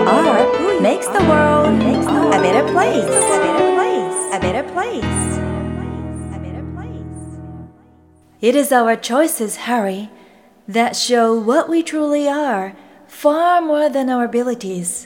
are makes the world a better place. A better place. It is our choices, Harry, that show what we truly are, far more than our abilities.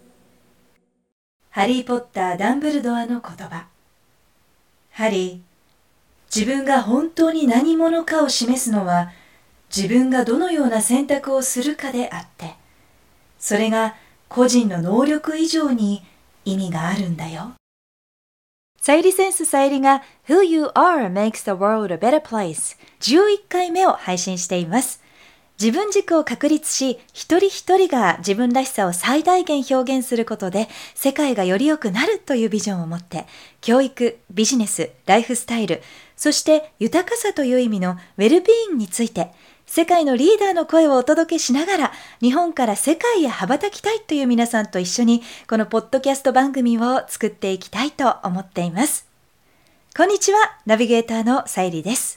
ハリー・ポッター・ダンブルドアの言葉。ハリー、自分が本当に何者かを示すのは、自分がどのような選択をするかであって、それが個人の能力以上に意味があるんだよ。さゆりセンスさゆりが Who You Are Makes the World a Better Place 11回目を配信しています。自分軸を確立し、一人一人が自分らしさを最大限表現することで世界がより良くなるというビジョンを持って、教育、ビジネス、ライフスタイル、そして豊かさという意味のウェルビーイングについて、世界のリーダーの声をお届けしながら、日本から世界へ羽ばたきたいという皆さんと一緒に、このポッドキャスト番組を作っていきたいと思っています。こんにちは、ナビゲーターのさゆりです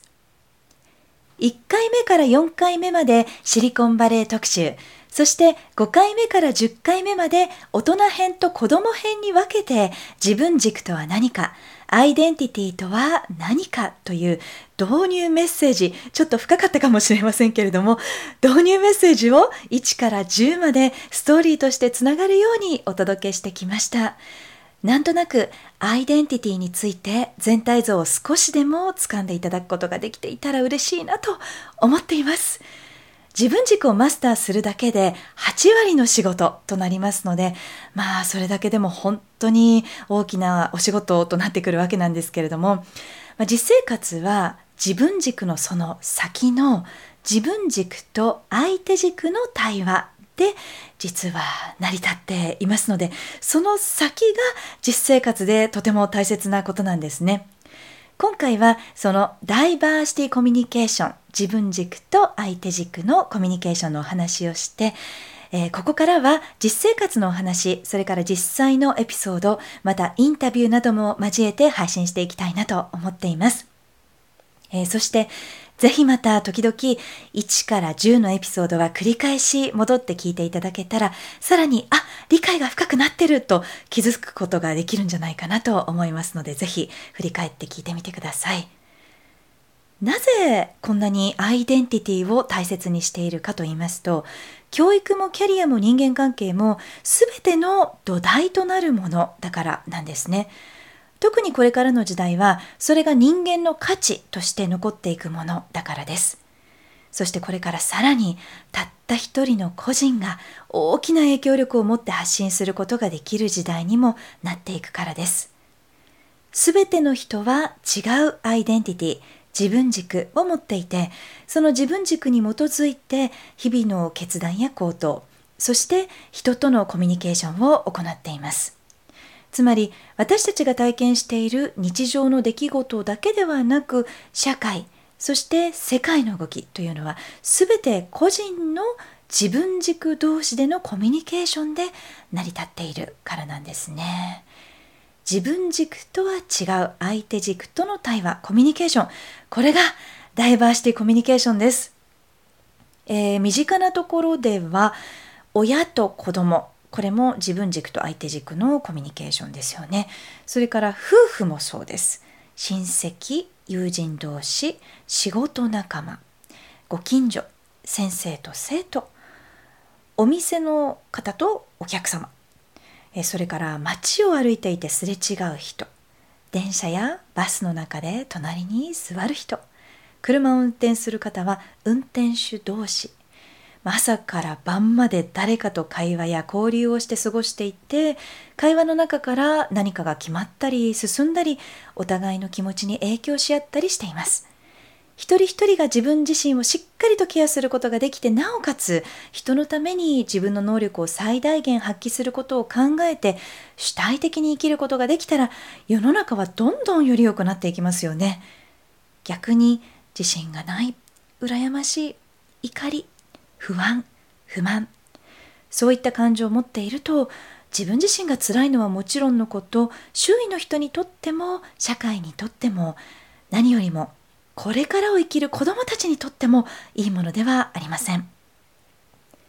。1回目から4回目までシリコンバレー特集、そして5回目から10回目まで大人編と子供編に分けて、自分軸とは何か、アイデンティティとは何かという導入メッセージ、ちょっと深かったかもしれませんけれども、導入メッセージを1から10までストーリーとしてつながるようにお届けしてきました。なんとなくアイデンティティについて全体像を少しでも掴んでいただくことができていたら嬉しいなと思っています。自分軸をマスターするだけで8割の仕事となりますので、それだけでも本当に大きなお仕事となってくるわけなんですけれども、実生活は自分軸のその先の自分軸と相手軸の対話で実は成り立っていますので、その先が実生活でとても大切なことなんですね。今回はそのダイバーシティコミュニケーション、自分軸と相手軸のコミュニケーションのお話をして、ここからは実生活のお話、それから実際のエピソード、またインタビューなども交えて配信していきたいなと思っています。そしてぜひまた時々1から10のエピソードは繰り返し戻って聞いていただけたら、さらに理解が深くなってると気づくことができるんじゃないかなと思いますので、ぜひ振り返って聞いてみてください。なぜこんなにアイデンティティを大切にしているかと言いますと、教育もキャリアも人間関係も全ての土台となるものだからなんですね。特にこれからの時代は、それが人間の価値として残っていくものだからです。そしてこれからさらに、たった一人の個人が大きな影響力を持って発信することができる時代にもなっていくからです。すべての人は違うアイデンティティ、自分軸を持っていて、その自分軸に基づいて日々の決断や行動、そして人とのコミュニケーションを行っています。つまり私たちが体験している日常の出来事だけではなく、社会、そして世界の動きというのは全て個人の自分軸同士でのコミュニケーションで成り立っているからなんですね。自分軸とは違う相手軸との対話、コミュニケーション、これがダイバーシティコミュニケーションです。身近なところでは親と子供、これも自分軸と相手軸のコミュニケーションですよね。それから夫婦もそうです。親戚、友人同士、仕事仲間、ご近所、先生と生徒、お店の方とお客様、それから街を歩いていてすれ違う人、電車やバスの中で隣に座る人、車を運転する方は運転手同士、朝から晩まで誰かと会話や交流をして過ごしていて、会話の中から何かが決まったり進んだり、お互いの気持ちに影響し合ったりしています。一人一人が自分自身をしっかりとケアすることができて、なおかつ人のために自分の能力を最大限発揮することを考えて主体的に生きることができたら、世の中はどんどんより良くなっていきますよね。逆に自信がない、羨ましい、怒り、不安、不満、そういった感情を持っていると、自分自身が辛いのはもちろんのこと、周囲の人にとっても社会にとっても、何よりもこれからを生きる子どもたちにとってもいいものではありません。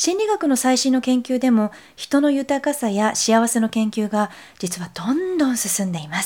心理学の最新の研究でも人の豊かさや幸せの研究が実はどんどん進んでいます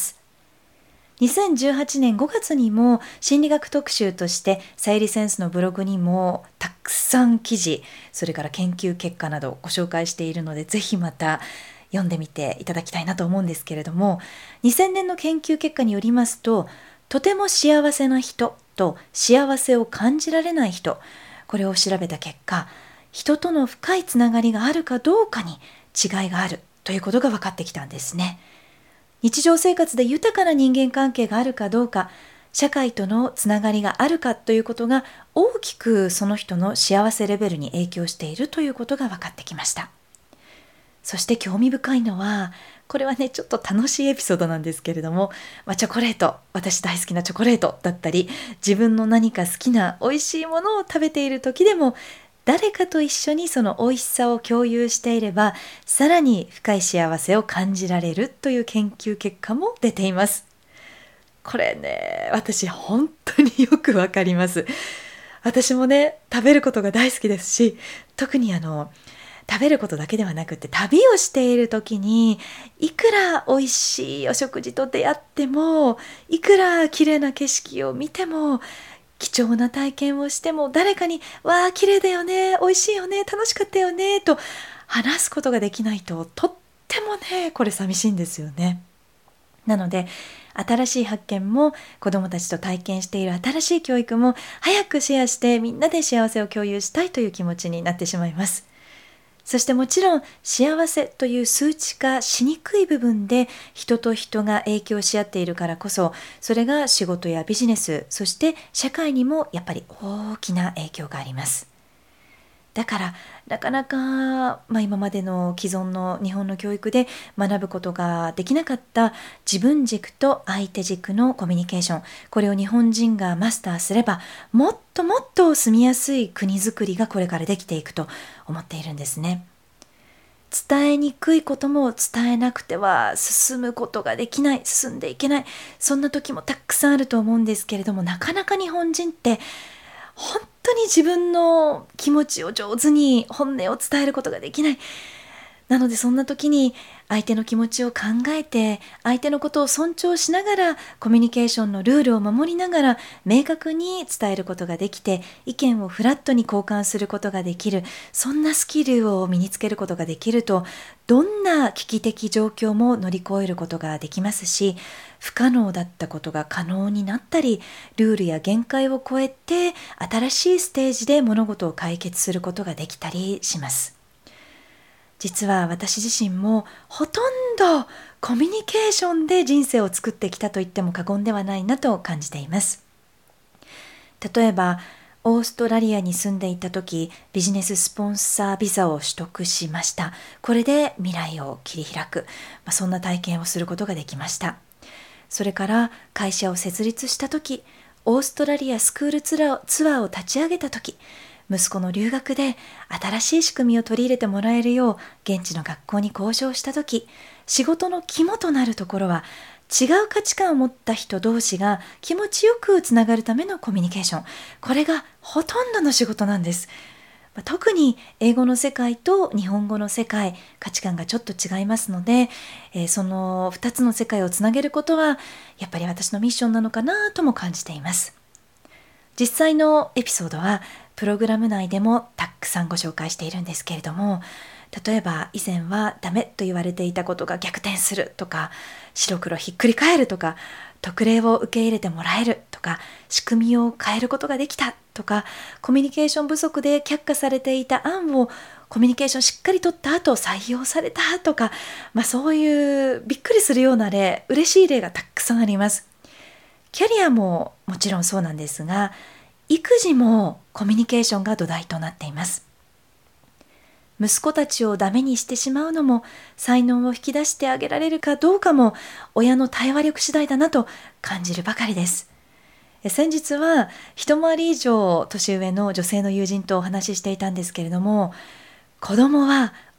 。2018年5月にも心理学特集としてさゆりセンスのブログにもたくさん記事、それから研究結果などをご紹介しているので、ぜひまた読んでみていただきたいなと思うんですけれども、2000年の研究結果によりますと、とても幸せな人と幸せを感じられない人、これを調べた結果、人との深いつながりがあるかどうかに違いがあるということが分かってきたんですね。日常生活で豊かな人間関係があるかどうか、社会とのつながりがあるかということが大きくその人の幸せレベルに影響しているということが分かってきました。そして興味深いのは、これはねちょっと楽しいエピソードなんですけれども、チョコレート、私大好きなチョコレートだったり、自分の何か好きな美味しいものを食べている時でも、誰かと一緒にその美味しさを共有していれば、さらに深い幸せを感じられるという研究結果も出ています。これね、私本当によくわかります。私もね、食べることが大好きですし、特に食べることだけではなくて、旅をしている時にいくら美味しいお食事と出会っても、いくら綺麗な景色を見ても、貴重な体験をしても、誰かにわあ綺麗だよね、美味しいよね、楽しかったよねと話すことができないと、とってもねこれ寂しいんですよね。なので新しい発見も、子どもたちと体験している新しい教育も早くシェアして、みんなで幸せを共有したいという気持ちになってしまいます。そしてもちろん幸せという数値化しにくい部分で人と人が影響し合っているからこそ、それが仕事やビジネス、そして社会にもやっぱり大きな影響があります。だからなかなか、今までの既存の日本の教育で学ぶことができなかった自分軸と相手軸のコミュニケーション、これを日本人がマスターすれば、もっともっと住みやすい国づくりがこれからできていくと思っているんですね。伝えにくいことも伝えなくては進むことができない、進んでいけない、そんな時もたくさんあると思うんですけれども、なかなか日本人って本当に自分の気持ちを上手に本音を伝えることができない。なのでそんな時に相手の気持ちを考えて、相手のことを尊重しながら、コミュニケーションのルールを守りながら明確に伝えることができて、意見をフラットに交換することができる、そんなスキルを身につけることができると、どんな危機的状況も乗り越えることができますし、不可能だったことが可能になったり、ルールや限界を超えて新しいステージで物事を解決することができたりします。実は私自身もほとんどコミュニケーションで人生を作ってきたと言っても過言ではないなと感じています。例えばオーストラリアに住んでいた時、ビジネススポンサービザを取得しました。これで未来を切り開く、そんな体験をすることができました。それから会社を設立した時、オーストラリアスクールツアーを立ち上げた時、息子の留学で新しい仕組みを取り入れてもらえるよう現地の学校に交渉した時、仕事の肝となるところは違う価値観を持った人同士が気持ちよくつながるためのコミュニケーション、これがほとんどの仕事なんです。特に英語の世界と日本語の世界、価値観がちょっと違いますので、その2つの世界をつなげることはやっぱり私のミッションなのかなとも感じています。実際のエピソードはプログラム内でもたくさんご紹介しているんですけれども、例えば以前はダメと言われていたことが逆転するとか、白黒ひっくり返るとか、特例を受け入れてもらえるとか、仕組みを変えることができたとか、コミュニケーション不足で却下されていた案をコミュニケーションしっかり取った後採用されたとか、そういうびっくりするような例、嬉しい例がたくさんあります。キャリアももちろんそうなんですが、育児もコミュニケーションが土台となっています。息子たちをダメにしてしまうのも、才能を引き出してあげられるかどうかも親の対話力次第だなと感じるばかりです。先日は一回り以上年上の女性の友人とお話ししていたんですけれども、子供は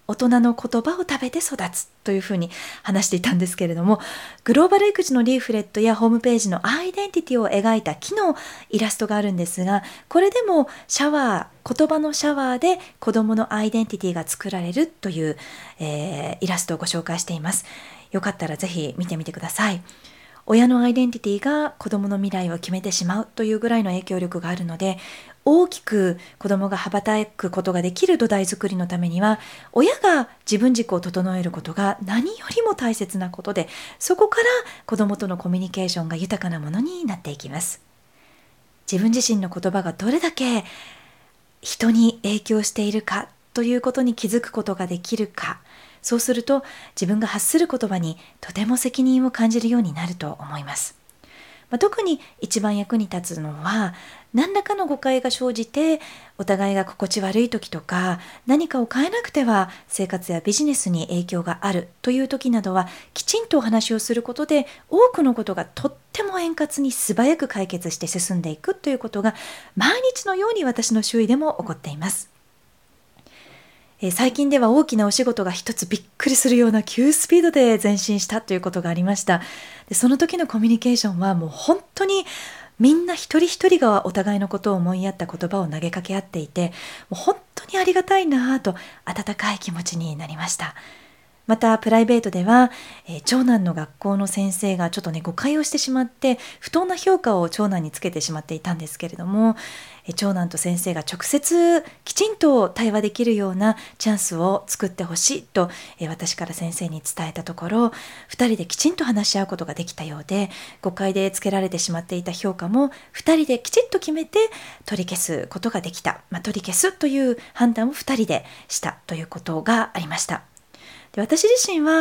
大人の言葉を食べて育つというふうに話していたんですけれども、グローバル育児のリーフレットやホームページのアイデンティティを描いた木のイラストがあるんですが、これでも言葉のシャワーで子どものアイデンティティが作られるという、イラストをご紹介しています。よかったらぜひ見てみてください。親のアイデンティティが子どもの未来を決めてしまうというぐらいの影響力があるので、大きく子どもが羽ばたくことができる土台作りのためには、親が自分軸を整えることが何よりも大切なことで、そこから子どもとのコミュニケーションが豊かなものになっていきます。自分自身の言葉がどれだけ人に影響しているかということに気づくことができるか、そうすると自分が発する言葉にとても責任を感じるようになると思います。特に一番役に立つのは、何らかの誤解が生じてお互いが心地悪い時とか、何かを変えなくては生活やビジネスに影響があるという時などは、きちんとお話をすることで多くのことがとっても円滑に素早く解決して進んでいくということが毎日のように私の周囲でも起こっています。最近では大きなお仕事が一つびっくりするような急スピードで前進したということがありました。でその時のコミュニケーションはもう本当にみんな一人一人がお互いのことを思いやった言葉を投げかけ合っていて、もう本当にありがたいなと温かい気持ちになりました。またプライベートでは、長男の学校の先生がちょっと誤解をしてしまって不当な評価を長男につけてしまっていたんですけれども、長男と先生が直接きちんと対話できるようなチャンスを作ってほしいと、私から先生に伝えたところ、2人できちんと話し合うことができたようで、誤解でつけられてしまっていた評価も2人できちんと決めて取り消すことができた、取り消すという判断を2人でしたということがありました。で私自身は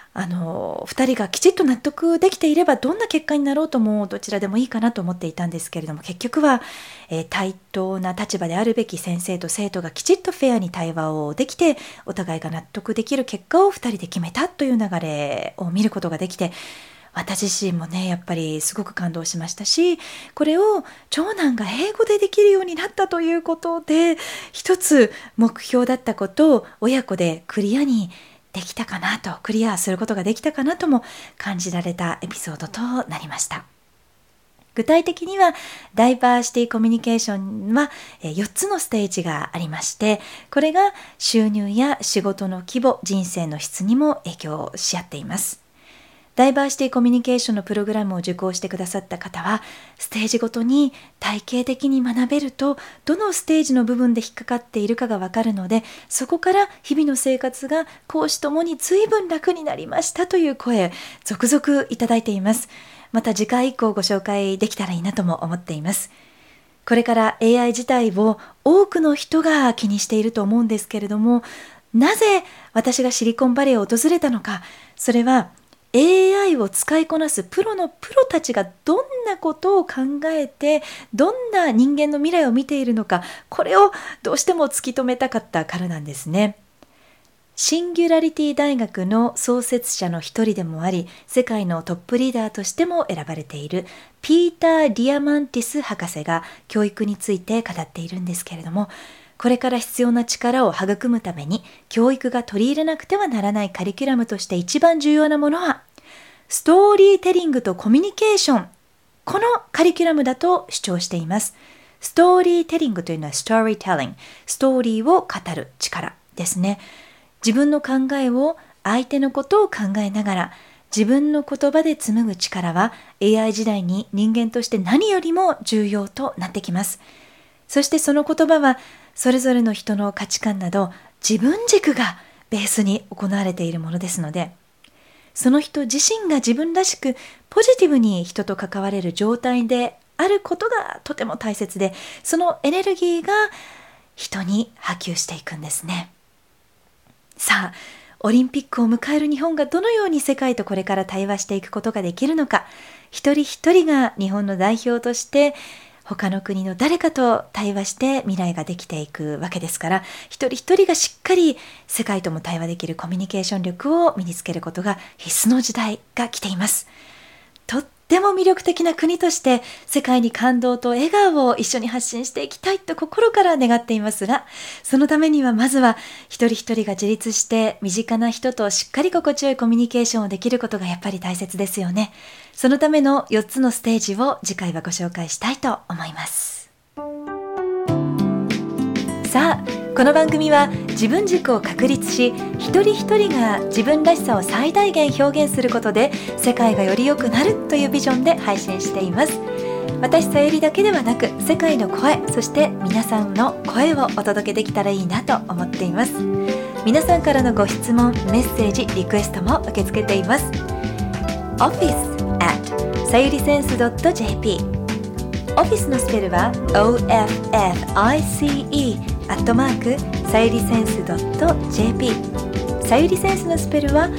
2人がきちっと納得できていればどんな結果になろうともどちらでもいいかなと思っていたんですけれども、結局は、対等な立場であるべき先生と生徒がきちっとフェアに対話をできて、お互いが納得できる結果を2人で決めたという流れを見ることができて、私自身もねやっぱりすごく感動しましたし、これを長男が英語でできるようになったということで、一つ目標だったことを親子でクリアにできたかなと、クリアすることができたかなとも感じられたエピソードとなりました。具体的にはダイバーシティコミュニケーションは4つのステージがありまして、これが収入や仕事の規模、人生の質にも影響し合っています。ダイバーシティコミュニケーションのプログラムを受講してくださった方は、ステージごとに体系的に学べるとどのステージの部分で引っかかっているかがわかるので、そこから日々の生活が講師ともに随分楽になりましたという声続々いただいています。また次回以降ご紹介できたらいいなとも思っています。これから AI 自体を多くの人が気にしていると思うんですけれども、なぜ私がシリコンバレーを訪れたのか、それはAI を使いこなすプロのプロたちがどんなことを考えて、どんな人間の未来を見ているのか、これをどうしても突き止めたかったからなんですね。シンギュラリティ大学の創設者の一人でもあり、世界のトップリーダーとしても選ばれているピーター・ディアマンティス博士が教育について語っているんですけれども、これから必要な力を育むために教育が取り入れなくてはならないカリキュラムとして一番重要なものはストーリーテリングとコミュニケーション、このカリキュラムだと主張しています。ストーリーテリングというのはストーリーテリング、ストーリーを語る力ですね。自分の考えを相手のことを考えながら自分の言葉で紡ぐ力は AI 時代に人間として何よりも重要となってきます。そしてその言葉はそれぞれの人の価値観など自分軸がベースに行われているものですので、その人自身が自分らしくポジティブに人と関われる状態であることがとても大切で、そのエネルギーが人に波及していくんですね。さあ、オリンピックを迎える日本がどのように世界とこれから対話していくことができるのか、一人一人が日本の代表として他の国の誰かと対話して未来ができていくわけですから、一人一人がしっかり世界とも対話できるコミュニケーション力を身につけることが必須の時代が来ています。とっっても魅力的な国として世界に感動と笑顔を一緒に発信していきたいと心から願っていますが、そのためにはまずは一人一人が自立して身近な人としっかり心地よいコミュニケーションをできることがやっぱり大切ですよね。そのための4つのステージを次回はご紹介したいと思います。さあ、この番組は自分軸を確立し、一人一人が自分らしさを最大限表現することで世界がより良くなるというビジョンで配信しています。私さゆりだけではなく、世界の声、そして皆さんの声をお届けできたらいいなと思っています。皆さんからのご質問、メッセージ、リクエストも受け付けています。office@sayurisense.jp、 オフィスのスペルは office@sayurisense.jp、 さゆりセンスのスペルは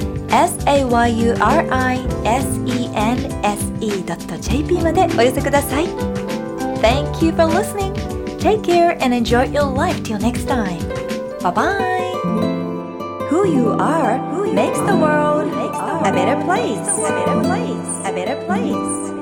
sayurisense.jp までお寄せください。 Thank you for listening. Take care and enjoy your life till next time. Bye bye. Who you are makes the world a better place.